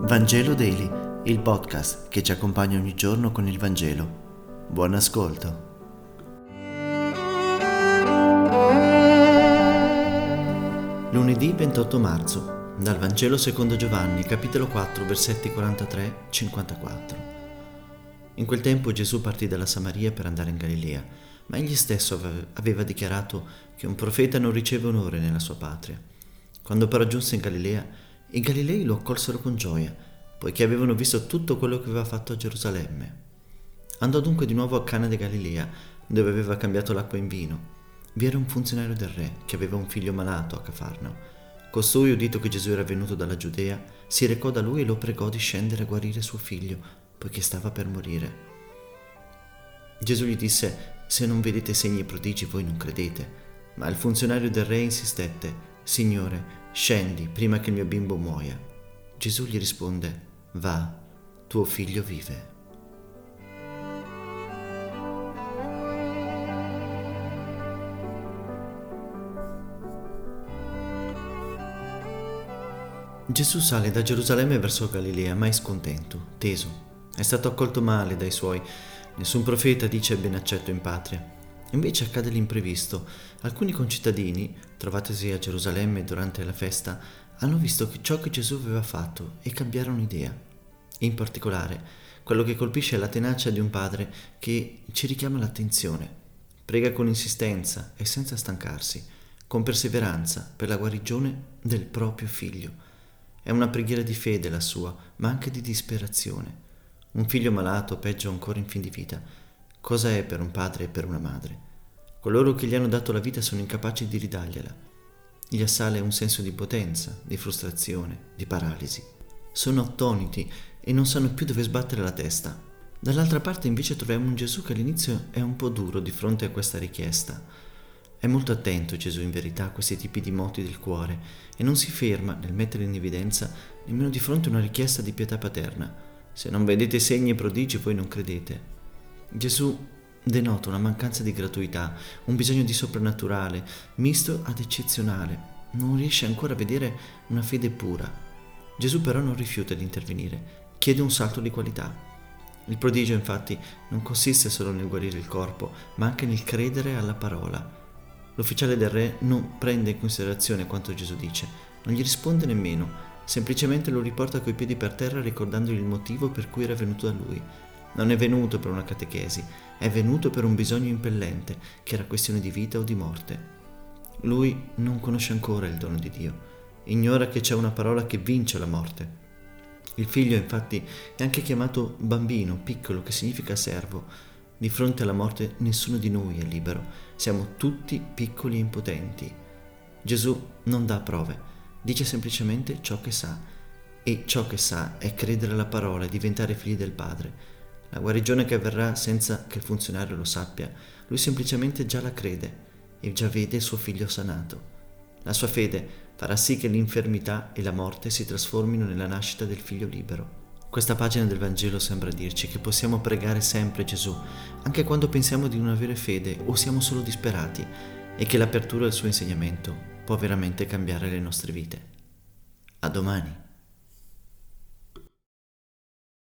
Vangelo Daily, il podcast che ci accompagna ogni giorno con il Vangelo. Buon ascolto. Lunedì 28 marzo, dal Vangelo secondo Giovanni, capitolo 4, versetti 43-54. In quel tempo Gesù partì dalla Samaria per andare in Galilea, ma egli stesso aveva dichiarato che un profeta non riceve onore nella sua patria. Quando però giunse in Galilea, i Galilei lo accolsero con gioia, poiché avevano visto tutto quello che aveva fatto a Gerusalemme. Andò dunque di nuovo a Cana di Galilea, dove aveva cambiato l'acqua in vino. Vi era un funzionario del re che aveva un figlio malato a Cafarnao. Costui, udito che Gesù era venuto dalla Giudea, si recò da lui e lo pregò di scendere a guarire suo figlio, poiché stava per morire. Gesù gli disse: «Se non vedete segni e prodigi, voi non credete». Ma il funzionario del re insistette: «Signore, scendi prima che il mio bimbo muoia». Gesù gli risponde: «Va, tuo figlio vive». Gesù sale da Gerusalemme verso Galilea, ma è scontento, teso. È stato accolto male dai suoi. Nessun profeta dice ben accetto in patria. Invece accade l'imprevisto. Alcuni concittadini, trovatisi a Gerusalemme durante la festa, hanno visto ciò che Gesù aveva fatto e cambiarono idea. In particolare, quello che colpisce è la tenacia di un padre che ci richiama l'attenzione. Prega con insistenza e senza stancarsi, con perseveranza per la guarigione del proprio figlio. È una preghiera di fede la sua, ma anche di disperazione. Un figlio malato, peggio ancora in fin di vita, cosa è per un padre e per una madre? Coloro che gli hanno dato la vita sono incapaci di ridargliela. Gli assale un senso di impotenza, di frustrazione, di paralisi. Sono attoniti e non sanno più dove sbattere la testa. Dall'altra parte invece troviamo un Gesù che all'inizio è un po' duro di fronte a questa richiesta. È molto attento Gesù in verità a questi tipi di moti del cuore e non si ferma nel mettere in evidenza nemmeno di fronte a una richiesta di pietà paterna. Se non vedete segni e prodigi voi non credete. Gesù denota una mancanza di gratuità, un bisogno di soprannaturale, misto ad eccezionale. Non riesce ancora a vedere una fede pura. Gesù però non rifiuta di intervenire, chiede un salto di qualità. Il prodigio infatti non consiste solo nel guarire il corpo, ma anche nel credere alla parola. L'ufficiale del re non prende in considerazione quanto Gesù dice, non gli risponde nemmeno, semplicemente lo riporta coi piedi per terra ricordandogli il motivo per cui era venuto da lui. Non è venuto per una catechesi, è venuto per un bisogno impellente, che era questione di vita o di morte. Lui non conosce ancora il dono di Dio, ignora che c'è una parola che vince la morte. Il figlio infatti è anche chiamato bambino, piccolo, che significa servo. Di fronte alla morte nessuno di noi è libero, siamo tutti piccoli e impotenti. Gesù non dà prove, dice semplicemente ciò che sa, e ciò che sa è credere alla parola e diventare figli del Padre. La guarigione che avverrà senza che il funzionario lo sappia, lui semplicemente già la crede e già vede il suo figlio sanato. La sua fede farà sì che l'infermità e la morte si trasformino nella nascita del figlio libero. Questa pagina del Vangelo sembra dirci che possiamo pregare sempre Gesù, anche quando pensiamo di non avere fede o siamo solo disperati, e che l'apertura al suo insegnamento può veramente cambiare le nostre vite. A domani.